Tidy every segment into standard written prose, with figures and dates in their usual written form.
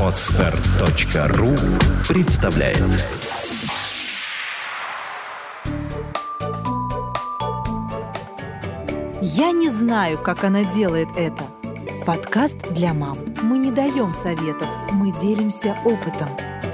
Podster.ru представляет. Я не знаю, как она делает это. Подкаст для мам. Мы не даем советов, мы делимся опытом.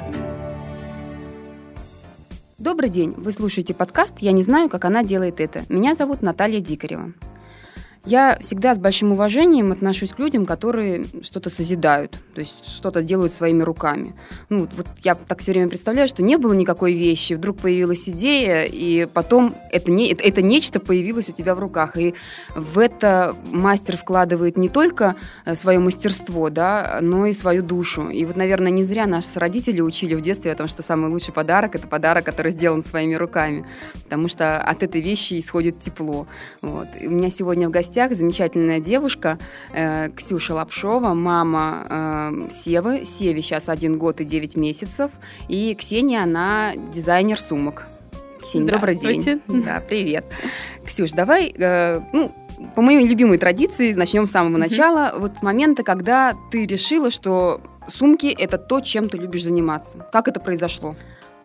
Добрый день! Вы слушаете подкаст «Я не знаю, как она делает это». Меня зовут Наталья Дикарева. Я всегда с большим уважением отношусь к людям, которые что-то созидают, то есть что-то делают своими руками. Вот я так все время представляю, что не было никакой вещи, вдруг появилась идея, и потом это нечто появилось у тебя в руках. И в это мастер вкладывает не только свое мастерство, да, но и свою душу. И вот, наверное, не зря наши родители учили в детстве о том, что самый лучший подарок – это подарок, который сделан своими руками, потому что от этой вещи исходит тепло. Вот. И у меня сегодня в гостях замечательная девушка Ксюша Лапшова, мама Севы. Севе сейчас 1 год и 9 месяцев. И Ксения, она дизайнер сумок. Ксения, добрый день. Да, привет. Ксюш, давай, по моей любимой традиции, начнем с самого начала. Вот с момента, когда ты решила, что сумки – это то, чем ты любишь заниматься. Как это произошло?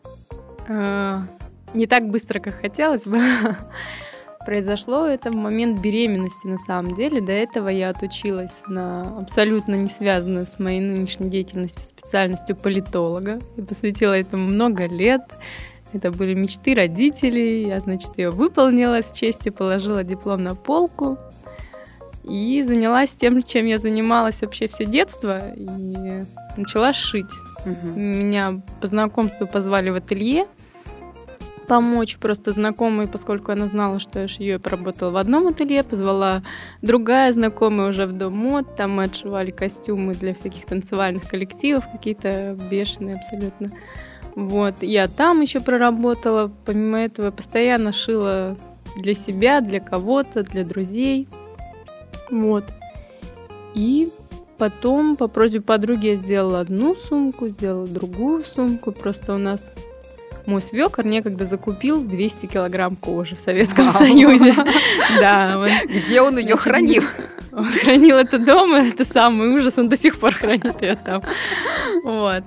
Не так быстро, как хотелось бы. Произошло это в момент беременности, на самом деле. До этого я отучилась на абсолютно не связанную с моей нынешней деятельностью специальностью политолога. Я посвятила этому много лет. Это были мечты родителей. Я, ее выполнила с честью, положила диплом на полку и занялась тем, чем я занималась вообще все детство. И начала шить. Меня по знакомству позвали в ателье. Помочь просто знакомой, поскольку она знала, что я шью, я поработала в одном ателье, позвала другая знакомая уже в Дом мод, там мы отшивали костюмы для всяких танцевальных коллективов, какие-то бешеные абсолютно. Вот, я там еще проработала, помимо этого я постоянно шила для себя, для кого-то, для друзей, вот. И потом по просьбе подруги я сделала одну сумку, сделала другую сумку, просто у нас... Мой свекор некогда закупил 200 килограмм кожи в Советском Союзе. Да, где он ее хранил? Он хранил это дома, это самый ужас, он до сих пор хранит ее там. Вот,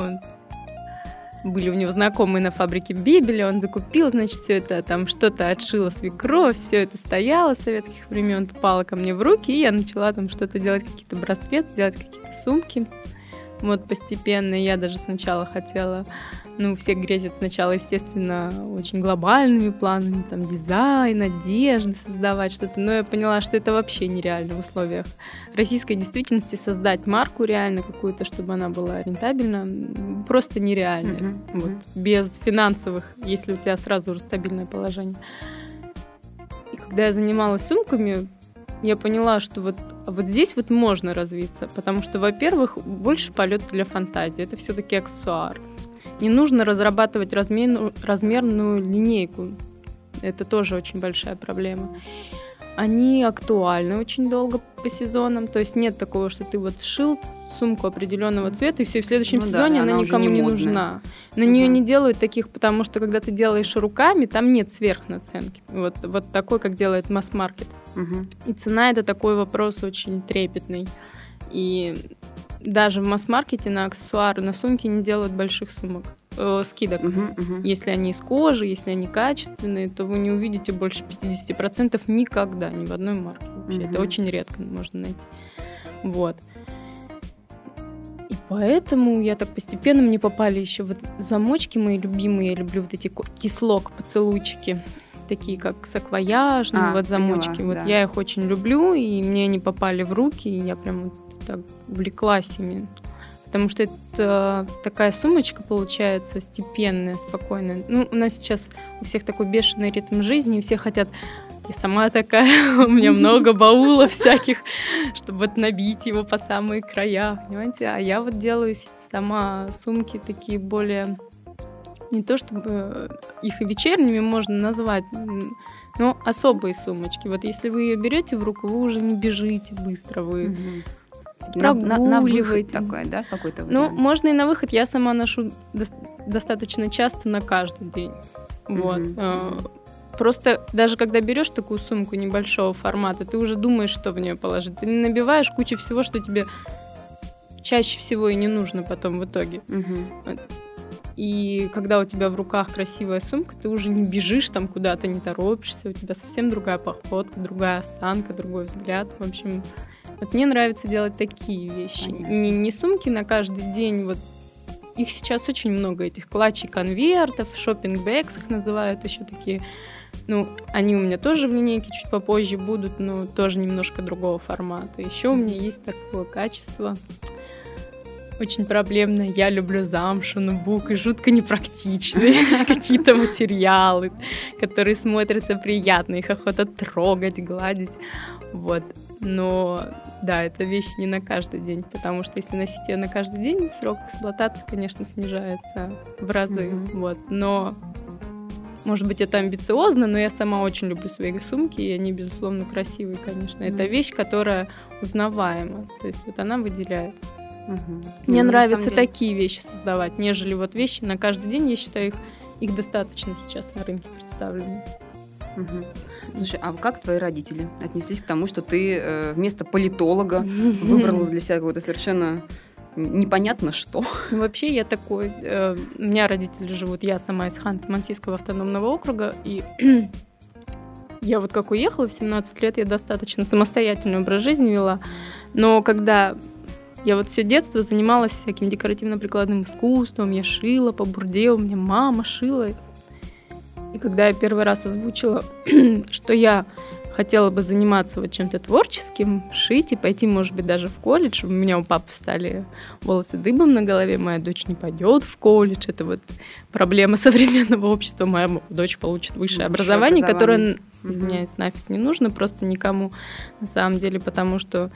были у него знакомые на фабрике Бибеля, он закупил, все это, там что-то отшила свекровь, все это стояло с советских времен, попало ко мне в руки, и я начала там что-то делать, какие-то браслеты, делать какие-то сумки. Вот постепенно я даже сначала хотела, все грезят сначала, естественно, очень глобальными планами, там, дизайн, одежды создавать что-то, но я поняла, что это вообще нереально в условиях российской действительности создать марку реально какую-то, чтобы она была рентабельна, просто нереально. Вот, без финансовых, если у тебя сразу уже стабильное положение. И когда я занималась сумками, я поняла, что вот здесь можно развиться, потому что, во-первых, больше полет для фантазии. Это все-таки аксессуар. Не нужно разрабатывать размерную линейку. Это тоже очень большая проблема. Они актуальны очень долго по сезонам. То есть нет такого, что ты сшил сумку определенного цвета, и все, и в следующем сезоне она никому не нужна. На нее не делают таких, потому что когда ты делаешь руками, там нет сверхнаценки. Вот такой, как делает масс-маркет. И цена — это такой вопрос очень трепетный. И даже в масс-маркете на аксессуары, на сумки не делают больших скидок. Если они из кожи, если они качественные, то вы не увидите больше 50% никогда, ни в одной марке вообще. Это очень редко можно найти. Вот. И поэтому я так постепенно, мне попали еще замочки мои любимые. Я люблю эти кислок-поцелуйчики, такие как саквояжные замочки. Поняла, да. Я их очень люблю, и мне они попали в руки, и я прям так увлеклась ими. Потому что это такая сумочка получается степенная, спокойная. У нас сейчас у всех такой бешеный ритм жизни, и все хотят... Я сама такая, у меня много баулов всяких, чтобы набить его по самые края, понимаете? А я делаю сама сумки такие более... Не то чтобы их и вечерними можно назвать, но особые сумочки. Если вы ее берете в руку, вы уже не бежите быстро, вы прогуливаете. На такой, да, какой-то? Можно и на выход. Я сама ношу достаточно часто на каждый день. Просто даже когда берешь такую сумку небольшого формата, ты уже думаешь, что в нее положить. Ты не набиваешь кучу всего, что тебе чаще всего и не нужно потом в итоге. И когда у тебя в руках красивая сумка, ты уже не бежишь там куда-то, не торопишься, у тебя совсем другая походка, другая осанка, другой взгляд. В общем, вот мне нравится делать такие вещи. Не сумки на каждый день, вот их сейчас очень много, этих клатчей конвертов, шоппинг-бэгс их называют еще такие. Ну, они у меня тоже в линейке чуть попозже будут, но тоже немножко другого формата. Еще у меня есть такое качество, очень проблемное. Я люблю замшу, нубук и жутко непрактичные какие-то материалы, которые смотрятся приятно, их охота трогать, гладить. Вот. Но да, это вещь не на каждый день, потому что если носить ее на каждый день, срок эксплуатации, конечно, снижается в разы. Вот. Но, может быть, это амбициозно, но я сама очень люблю свои сумки, и они, безусловно, красивые, конечно. Это вещь, которая узнаваема, то есть вот она выделяется. Мне нравится такие вещи создавать, нежели вот вещи на каждый день. Я считаю, их достаточно сейчас на рынке представлены. Слушай, а как твои родители отнеслись к тому, что ты вместо политолога выбрала для себя какое-то совершенно непонятно что? Вообще я такой... У меня родители живут, я сама из Ханты-Мансийского автономного округа, и я вот как уехала в 17 лет, я достаточно самостоятельный образ жизни вела, но когда... Я вот все детство занималась всяким декоративно-прикладным искусством, я шила по бурде, у меня мама шила. И когда я первый раз озвучила, что я хотела бы заниматься вот чем-то творческим, шить и пойти, может быть, даже в колледж, у меня у папы стали волосы дыбом на голове, моя дочь не пойдет в колледж, это вот проблема современного общества, моя дочь получит высшее образование, которое, извиняюсь, нафиг не нужно просто никому на самом деле, потому что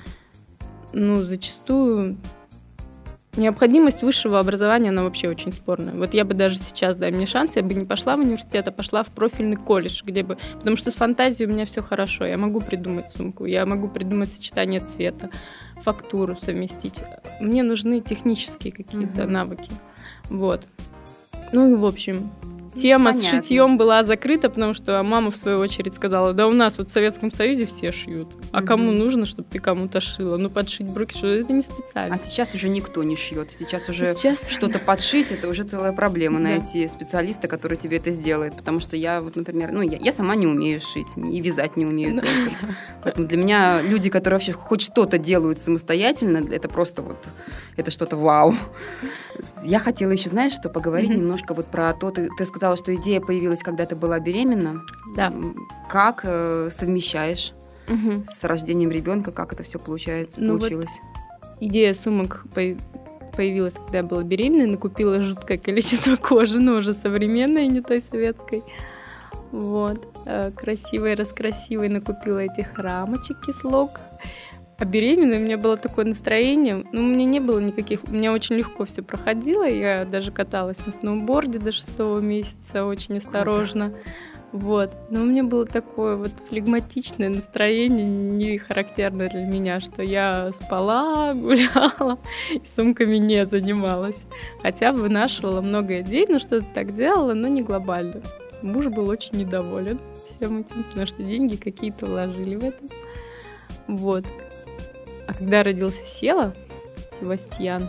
зачастую необходимость высшего образования, она вообще очень спорная. Вот я бы даже сейчас, дай мне шанс, я бы не пошла в университет, а пошла в профильный колледж, где бы... Потому что с фантазией у меня все хорошо. Я могу придумать сумку, я могу придумать сочетание цвета, фактуру совместить. Мне нужны технические какие-то навыки. Вот. Ну и в общем... Тема с шитьем была закрыта, потому что мама, в свою очередь, сказала, да у нас вот в Советском Союзе все шьют, а кому нужно, чтобы ты кому-то шила? Ну, подшить брюки, что это не специально. А сейчас уже никто не шьет. Сейчас уже что-то подшить, это уже целая проблема, найти специалиста, который тебе это сделает. Потому что я, вот, например, я сама не умею шить, и вязать не умею только. Поэтому для меня люди, которые вообще хоть что-то делают самостоятельно, это просто вот, это что-то вау. Я хотела еще, знаешь, что поговорить немножко вот про то, ты сказала, что идея появилась, когда ты была беременна. Да. Как совмещаешь с рождением ребенка, как это все получилось? Вот идея сумок появилась, когда я была беременной, накупила жуткое количество кожи, но уже современной, не той советской. Вот. Красивой, раскрасивой накупила этих рамочек кислок. А беременной у меня было такое настроение, у меня не было никаких, у меня очень легко все проходило, я даже каталась на сноуборде до 6-го месяца, очень осторожно, вот. Но у меня было такое вот флегматичное настроение, не характерное для меня, что я спала, гуляла и сумками не занималась, хотя вынашивала много идей, но что-то так делала, но не глобально. Муж был очень недоволен всем этим, потому что деньги какие-то вложили в это, вот. А когда родился Севастьян,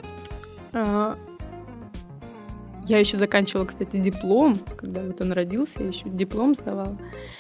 я еще заканчивала, кстати, диплом. Когда вот он родился, я еще диплом сдавала.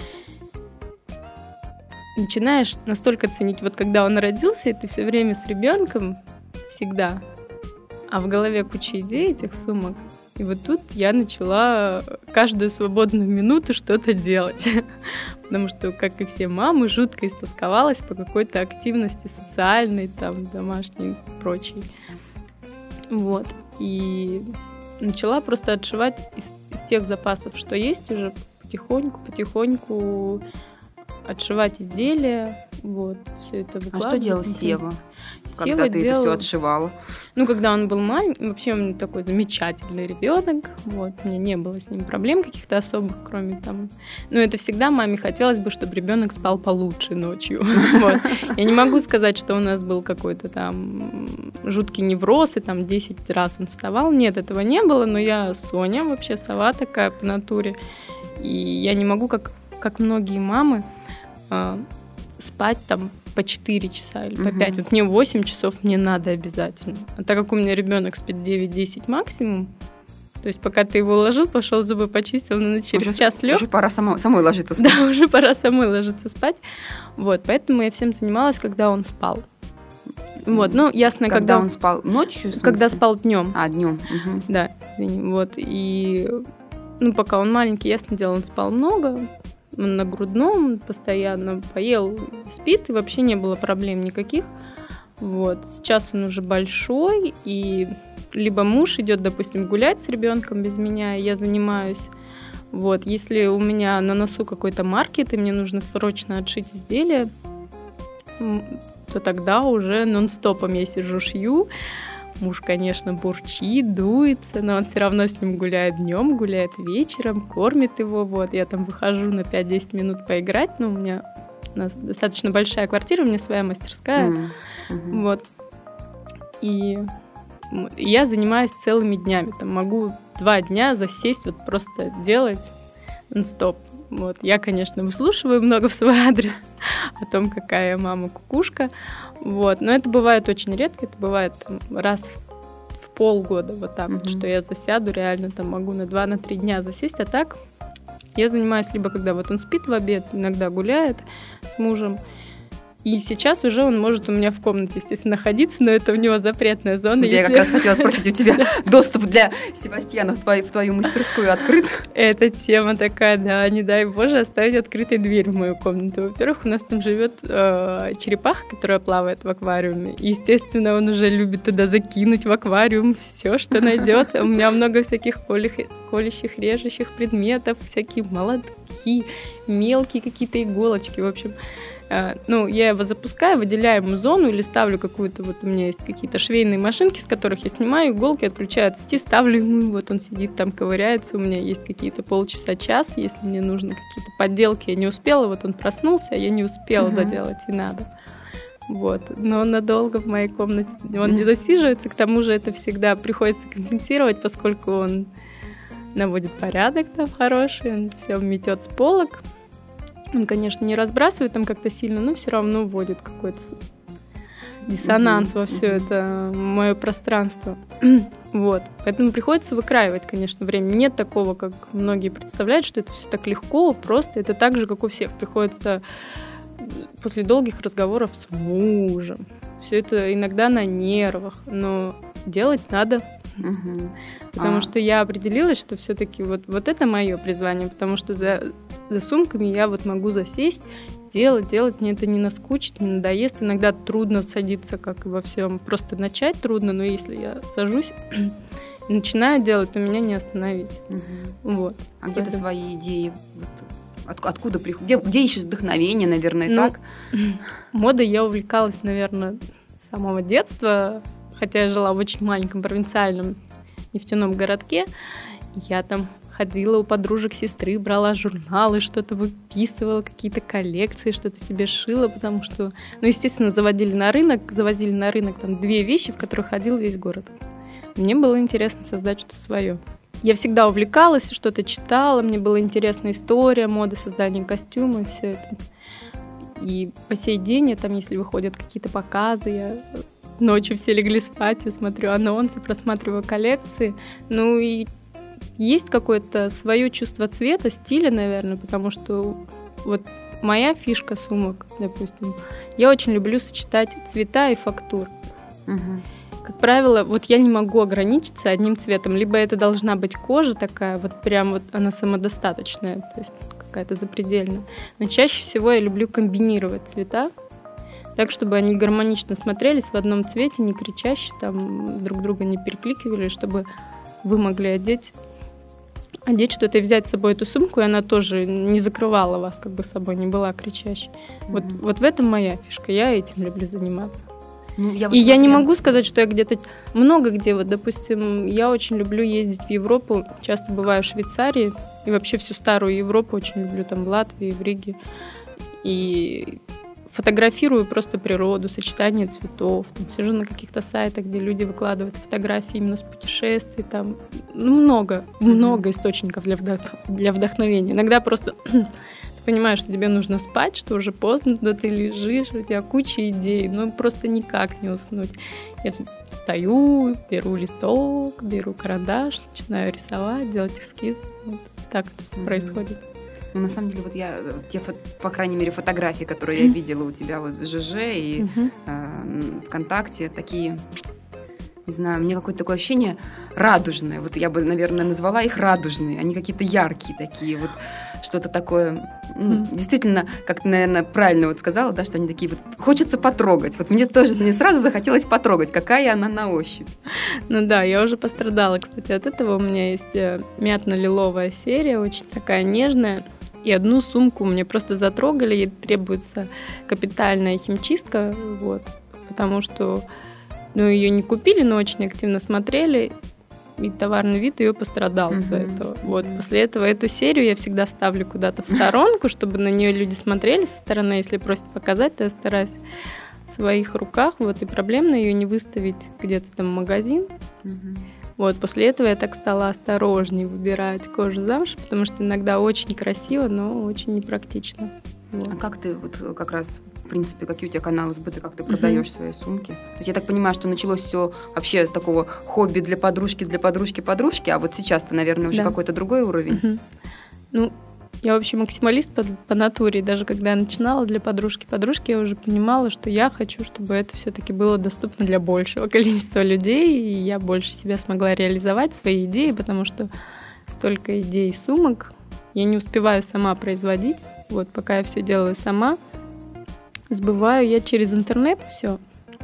Начинаешь настолько ценить, вот когда он родился, и ты все время с ребенком, всегда, а в голове куча идей этих сумок. И вот тут я начала каждую свободную минуту что-то делать. Потому что, как и все мамы, жутко истосковалась по какой-то активности социальной, там, домашней и прочей. Вот. И начала просто отшивать из тех запасов, что есть уже, потихоньку отшивать изделия. Вот, все это выкладывать. А что делал Сева? Когда ты это все отшивала? Когда он был маленький, вообще он такой замечательный ребенок. Вот, у меня не было с ним проблем каких-то особых, кроме там... это всегда маме хотелось бы, чтобы ребенок спал получше ночью. Вот. Я не могу сказать, что у нас был какой-то там жуткий невроз, и там 10 раз он вставал. Нет, этого не было, но я Соня, вообще сова такая по натуре. И я не могу, как многие мамы, спать там по 4 часа или по 5. Вот мне 8 часов мне надо обязательно. А так как у меня ребенок спит 9-10 максимум, то есть пока ты его уложил, пошел зубы почистил, через час лег. Уже пора самой ложиться спать. Да, уже пора самой ложиться спать. Вот, поэтому я всем занималась, когда он спал. Вот, ну, ясно, когда он спал ночью? Когда спал днем. Днем. Да, вот, и ну, пока он маленький, ясно дело, он спал много, он на грудном постоянно поел, спит, и вообще не было проблем никаких. Вот, сейчас он уже большой, и либо муж идет, допустим, гулять с ребенком без меня, и я занимаюсь. Вот, если у меня на носу какой-то маркет, и мне нужно срочно отшить изделие, то тогда уже нон-стопом я сижу, шью. Муж, конечно, бурчит, дуется, но он все равно с ним гуляет днем, гуляет вечером, кормит его. Вот, я там выхожу на 5-10 минут поиграть, но у нас достаточно большая квартира, у меня своя мастерская. Вот. И я занимаюсь целыми днями. Там могу 2 дня засесть, вот просто делать нон-стоп. Вот. Я, конечно, выслушиваю много в свой адрес о том, какая я мама кукушка. Вот. Но это бывает очень редко. Это бывает там, раз в полгода вот так вот, что я засяду, реально там могу на 2-3 дня засесть. А так я занимаюсь либо когда вот он спит в обед, иногда гуляет с мужем. И сейчас уже он может у меня в комнате, естественно, находиться, но это у него запретная зона. Я как раз хотела спросить, у тебя доступ для Себастьяна в твою мастерскую открыт? Эта тема такая, да, не дай Боже оставить открытой дверь в мою комнату. Во-первых, у нас там живет черепаха, которая плавает в аквариуме. И, естественно, он уже любит туда закинуть в аквариум все, что найдет. У меня много всяких колющих, режущих предметов, всякие молотки, мелкие какие-то иголочки, в общем. Ну, я его запускаю, выделяю ему зону или ставлю какую-то, вот у меня есть какие-то швейные машинки, с которых я снимаю иголки, отключаю от сети, ставлю ему, вот он сидит там, ковыряется, у меня есть какие-то полчаса-час, если мне нужны какие-то подделки, я не успела, вот он проснулся, а я не успела доделать, и надо. Вот, но он надолго в моей комнате, он не засиживается, к тому же это всегда приходится компенсировать, поскольку он наводит порядок там хороший, он все метет с полок. Он, конечно, не разбрасывает там как-то сильно, но все равно вводит какой-то диссонанс во все это мое пространство. Вот. Поэтому приходится выкраивать, конечно, время. Нет такого, как многие представляют, что это все так легко, просто. Это так же, как у всех. Приходится после долгих разговоров с мужем. Все это иногда на нервах, но делать надо. Потому что я определилась, что все-таки вот это мое призвание, потому что за сумками я вот могу засесть, делать, мне это не наскучит, не надоест. Иногда трудно садиться, как и во всем, просто начать трудно, но если я сажусь и начинаю делать, то меня не остановить. Вот. А где-то свои идеи, откуда приходят, где ищешь вдохновение, наверное, так? Модой я увлекалась, наверное, с самого детства. Хотя я жила в очень маленьком провинциальном нефтяном городке, я там ходила у подружек сестры, брала журналы, что-то выписывала, какие-то коллекции, что-то себе шила, потому что, ну, естественно, завозили на рынок там 2 вещи, в которых ходил весь город. Мне было интересно создать что-то свое. Я всегда увлекалась, что-то читала, мне была интересна история моды, создание костюма и все это. И по сей день, если выходят какие-то показы, я ночью все легли спать, я смотрю анонсы, просматриваю коллекции. Ну и есть какое-то свое чувство цвета, стиля, наверное, потому что вот моя фишка сумок, допустим, я очень люблю сочетать цвета и фактуры. Как правило, вот я не могу ограничиться одним цветом, либо это должна быть кожа такая, вот прям вот она самодостаточная, то есть какая-то запредельная. Но чаще всего я люблю комбинировать цвета, так, чтобы они гармонично смотрелись в одном цвете, не кричаще, там друг друга не перекликивали, чтобы вы могли одеть что-то и взять с собой эту сумку, и она тоже не закрывала вас, как бы собой, не была кричащей. Вот в этом моя фишка, я этим люблю заниматься. Я не могу сказать, что я где-то много где, вот, допустим, я очень люблю ездить в Европу, часто бываю в Швейцарии, и вообще всю старую Европу очень люблю, там в Латвии, в Риге, и фотографирую просто природу, сочетание цветов, там, сижу на каких-то сайтах, где люди выкладывают фотографии именно с путешествий, там много источников для вдохновения. Иногда просто ты понимаешь, что тебе нужно спать, что уже поздно, да ты лежишь, у тебя куча идей, ну просто никак не уснуть. Я встаю, беру листок, беру карандаш, начинаю рисовать, делать эскизы. Вот так это все происходит. Ну, на самом деле, вот я, по крайней мере, фотографии, которые я видела у тебя вот в ЖЖ и ВКонтакте, такие, не знаю, мне какое-то такое ощущение радужное. Вот я бы, наверное, назвала их радужные. Они какие-то яркие такие, вот что-то такое. Действительно, как ты, наверное, правильно вот сказала, да, что они такие вот, хочется потрогать. Вот мне сразу захотелось потрогать, какая она на ощупь. Ну да, я уже пострадала, кстати, от этого. У меня есть мятно-лиловая серия, очень такая нежная. И одну сумку мне просто затрогали, ей требуется капитальная химчистка, вот, потому что ее не купили, но очень активно смотрели, и товарный вид ее пострадал из-за этого. Вот, после этого эту серию я всегда ставлю куда-то в сторонку, чтобы на нее люди смотрели со стороны. Если просят показать, то я стараюсь в своих руках, вот, и проблемно ее не выставить где-то там в магазин. Вот, после этого я так стала осторожнее выбирать кожу замши, потому что иногда очень красиво, но очень непрактично. Вот. А как ты вот как раз, в принципе, какие у тебя каналы сбыта, как ты продаешь свои сумки? То есть я так понимаю, что началось все вообще с такого хобби для подружки, а вот сейчас-то, наверное, уже какой-то другой уровень. Ну, я вообще максималист по натуре. Даже когда я начинала для подружки, я уже понимала, что я хочу, чтобы это все-таки было доступно для большего количества людей, и я больше себя смогла реализовать, свои идеи, потому что столько идей сумок я не успеваю сама производить. Вот, пока я все делаю сама, сбываю я через интернет все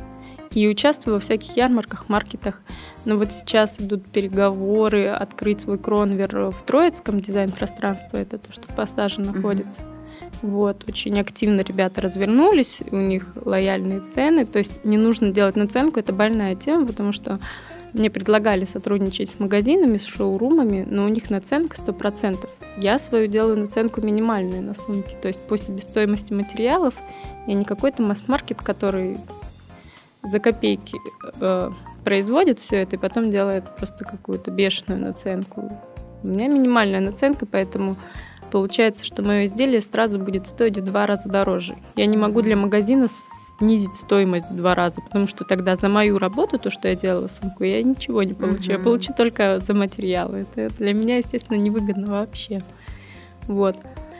и участвую во всяких ярмарках, маркетах. Но вот сейчас идут переговоры открыть свой кронвер в Троицком, дизайн-пространство, это то, что в Пассаже находится. Вот, очень активно ребята развернулись, у них лояльные цены, то есть не нужно делать наценку, это больная тема, потому что мне предлагали сотрудничать с магазинами, с шоурумами, но у них наценка 100%. Я свою делаю наценку минимальную на сумки, то есть по себестоимости материалов, я не какой-то масс-маркет, который за копейки производит все это и потом делает просто какую-то бешеную наценку. У меня минимальная наценка, поэтому получается, что мое изделие сразу будет стоить в 2 раза дороже. Я не могу для магазина снизить стоимость в 2 раза, потому что тогда за мою работу, то, что я делала сумку, я ничего не получу. Я получу только за материалы. Это для меня, естественно, невыгодно вообще. Вот.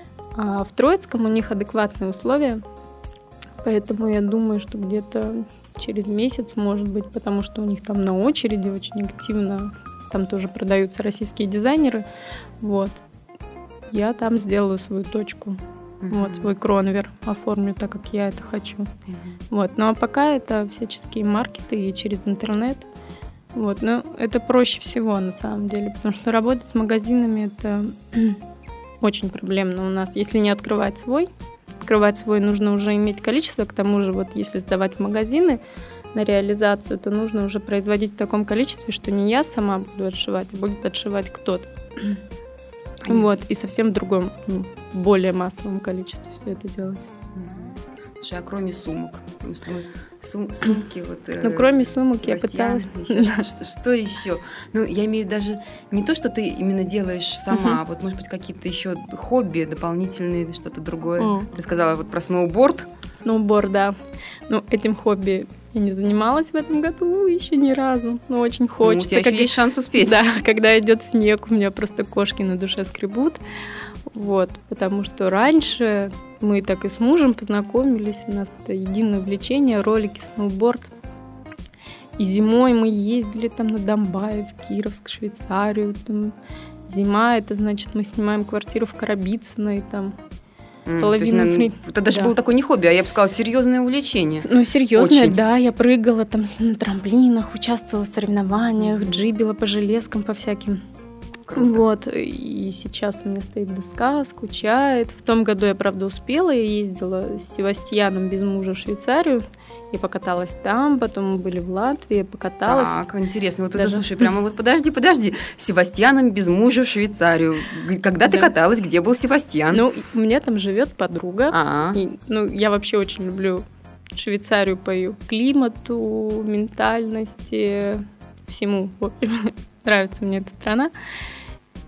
А в Троицком у них адекватные условия, поэтому я думаю, что где-то через месяц, может быть, потому что у них там на очереди очень активно, там тоже продаются российские дизайнеры. Вот. Я там сделаю свою точку. Вот, свой кронвер оформлю так, как я это хочу. Вот. Ну а пока это всяческие маркеты и через интернет. Вот. Но это проще всего на самом деле, потому что работать с магазинами это очень проблемно у нас. Если не открывать свой нужно уже иметь количество. К тому же, вот если сдавать в магазины на реализацию, то нужно уже производить в таком количестве, что не я сама буду отшивать, а будет отшивать кто-то. Вот, и совсем в другом, более массовом количестве все это делать. Слушай, а кроме сумок? Потому что сумки вот... Ну, кроме сумок я пыталась... Что еще? Ну, я имею в виду даже не то, что ты именно делаешь сама, а вот, может быть, какие-то еще хобби дополнительные, что-то другое. Ты сказала вот про сноуборд. Сноуборд, да. Ну, этим хобби я не занималась в этом году еще ни разу, но очень хочется. У тебя еще есть шанс успеть. Да, когда идет снег, у меня просто кошки на душе скребут. Вот, потому что раньше мы так и с мужем познакомились, у нас это единое увлечение, ролики, сноуборд. И зимой мы ездили там на Домбай, в Кировск, Швейцарию. Там. Зима, это значит, мы снимаем квартиру в Коробицыно, и там половину... Это даже было такое не хобби, а я бы сказала, серьезное увлечение. Ну, серьезное, очень. Да, я прыгала там на трамплинах, участвовала в соревнованиях, джибила по железкам, по всяким. Круто. Вот, и сейчас у меня стоит доска, скучает. В том году я, правда, успела, я ездила с Севастьяном без мужа в Швейцарию. Я покаталась там, потом мы были в Латвии, покаталась. Так, интересно. Вот даже... это, слушай, прямо вот подожди. С Севастьяном без мужа в Швейцарию. Когда ты каталась, где был Севастьян? Ну, у меня там живет подруга. И, я вообще очень люблю Швейцарию по ее климату, ментальности, всему. Нравится мне эта страна.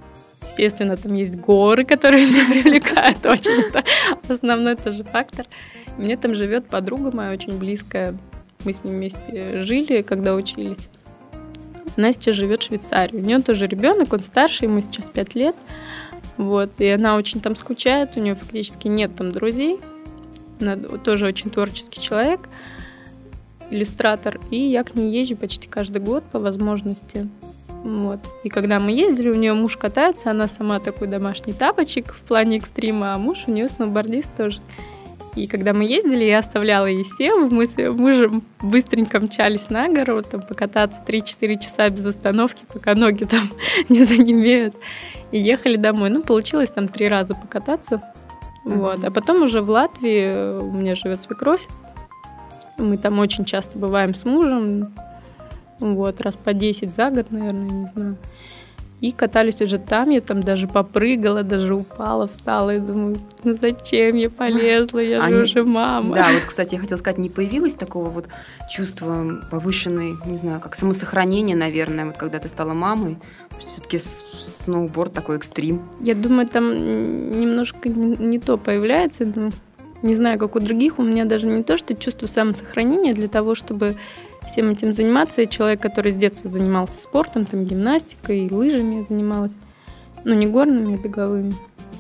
естественно, там есть горы, которые меня привлекают очень. Это основной тоже фактор. Мне там живет подруга моя очень близкая. Мы с ней вместе жили, когда учились. Она сейчас живет в Швейцарии. У нее тоже ребенок, он старше, ему сейчас 5 лет. Вот. И она очень там скучает, у нее фактически нет там друзей. Она тоже очень творческий человек, иллюстратор. И я к ней езжу почти каждый год по возможности. Вот. И когда мы ездили, у нее муж катается, она сама такой домашний тапочек в плане экстрима, а муж у нее сноубордист тоже. И когда мы ездили, я оставляла ей Севу, мы с ее мужем быстренько мчались на гору, там, покататься 3-4 часа без остановки, пока ноги там не занемеют. И ехали домой. Ну, получилось там 3 раза покататься. Вот. А потом уже в Латвии у меня живет свекровь. Мы там очень часто бываем с мужем. Вот, раз по 10 за год, наверное, не знаю. И катались уже там, я там даже попрыгала, даже упала, встала и думаю, ну зачем я полезла, я же уже мама. Да, вот, кстати, я хотела сказать, не появилось такого вот чувства повышенной, не знаю, как самосохранения, наверное, вот когда ты стала мамой, что все-таки сноуборд такой экстрим. Я думаю, там немножко не то появляется, но не знаю, как у других, у меня даже не то, что чувство самосохранения для того, чтобы всем этим заниматься. Я человек, который с детства занимался спортом, там, гимнастикой, лыжами я занималась. Ну, не горными, а беговыми.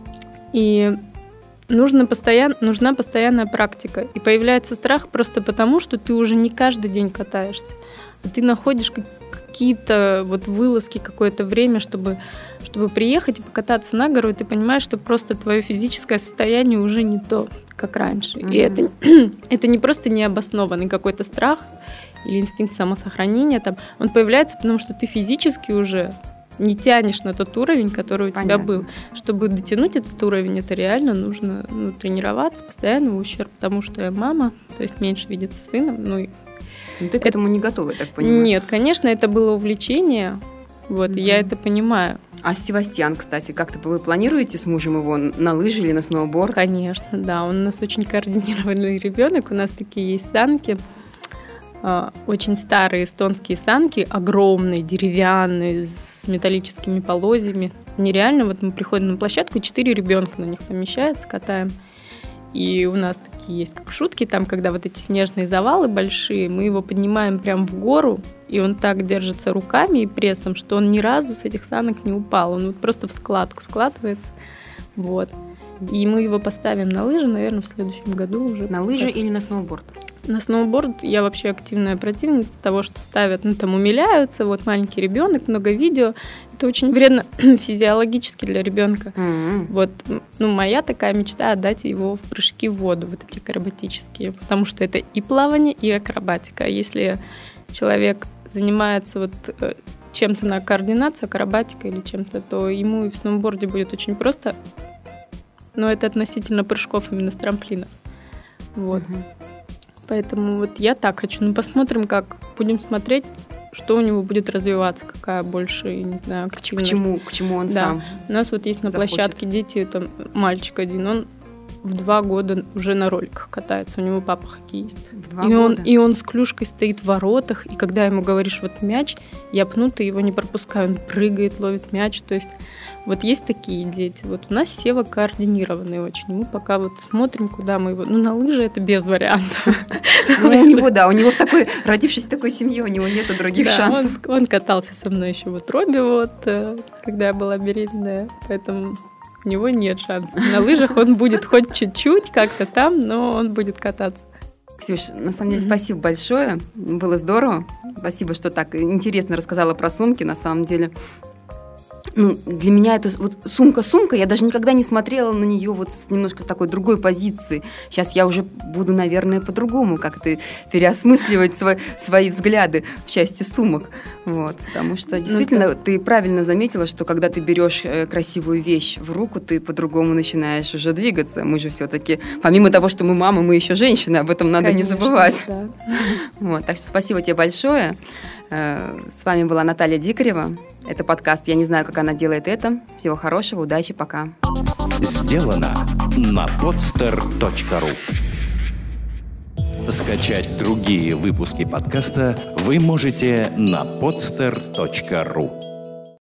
И нужна постоянная практика. И появляется страх просто потому, что ты уже не каждый день катаешься. А ты находишь какие-то вот вылазки, какое-то время, чтобы приехать и покататься на гору, и ты понимаешь, что просто твое физическое состояние уже не то, как раньше. И это не просто необоснованный какой-то страх или инстинкт самосохранения, там, он появляется, потому что ты физически уже не тянешь на тот уровень, который у тебя был. Чтобы дотянуть этот уровень, это реально нужно тренироваться, постоянно в ущерб тому, что я мама, то есть меньше видеться с сыном. Ну, ты к этому не готова, я так понимаю? Нет, конечно, это было увлечение, вот, и я это понимаю. А Севастьян, кстати, как-то вы планируете с мужем его на лыжи или на сноуборд? Конечно, да, он у нас очень координированный ребенок, у нас такие есть санки, очень старые эстонские санки, огромные, деревянные, с металлическими полозьями. Нереально, вот мы приходим на площадку, 4 ребенка на них помещается, катаем. И у нас такие есть как шутки, там, когда вот эти снежные завалы большие, мы его поднимаем прямо в гору, и он так держится руками и прессом, что он ни разу с этих санок не упал, он вот просто в складку складывается. Вот. И мы его поставим на лыжи, наверное, в следующем году уже. На лыжи или на сноуборд? На сноуборд я вообще активная противница того, что ставят, там умиляются, вот маленький ребенок, много видео. Это очень вредно физиологически для ребенка. Вот, моя такая мечта — отдать его в прыжки в воду, вот эти акробатические, потому что это и плавание, и акробатика. Если человек занимается вот чем-то на координацию, акробатикой или чем-то, то ему и в сноуборде будет очень просто. Но это относительно прыжков именно с трамплинов. Вот. Поэтому вот я так хочу. посмотрим, как. Будем смотреть, что у него будет развиваться, какая больше, не знаю, активность. К чему он сам. У нас вот есть на площадке дети, там мальчик один, он в 2 года уже на роликах катается, у него папа хоккеист. И он с клюшкой стоит в воротах, и когда ему говоришь, вот мяч, я пну, ты его не пропускаю, он прыгает, ловит мяч, то есть вот есть такие дети. Вот у нас Сева координированный очень, мы пока вот смотрим, куда мы его... на лыжи это без вариантов. У него в такой, родившись в такой семье, у него нету других шансов. Он катался со мной еще в утробе, когда я была беременная, поэтому... У него нет шансов. На лыжах он будет хоть чуть-чуть как-то там, но он будет кататься. Ксюш, на самом деле, спасибо большое. Было здорово. Спасибо, что так интересно рассказала про сумки. На самом деле, для меня это вот сумка, я даже никогда не смотрела на нее вот с немножко такой другой позиции. Сейчас я уже буду, наверное, по-другому как-то переосмысливать свои взгляды в части сумок. Вот. Потому что действительно ты правильно заметила, что когда ты берешь красивую вещь в руку, ты по-другому начинаешь уже двигаться. Мы же все-таки, помимо того, что мы мамы, мы еще женщины, об этом надо не забывать. Да. Вот. Так что спасибо тебе большое. С вами была Наталья Дикарева. Это подкаст «Я не знаю, как она делает это». Всего хорошего, удачи, пока. Сделано на podster.ru. Скачать другие выпуски подкаста вы можете на podster.ru.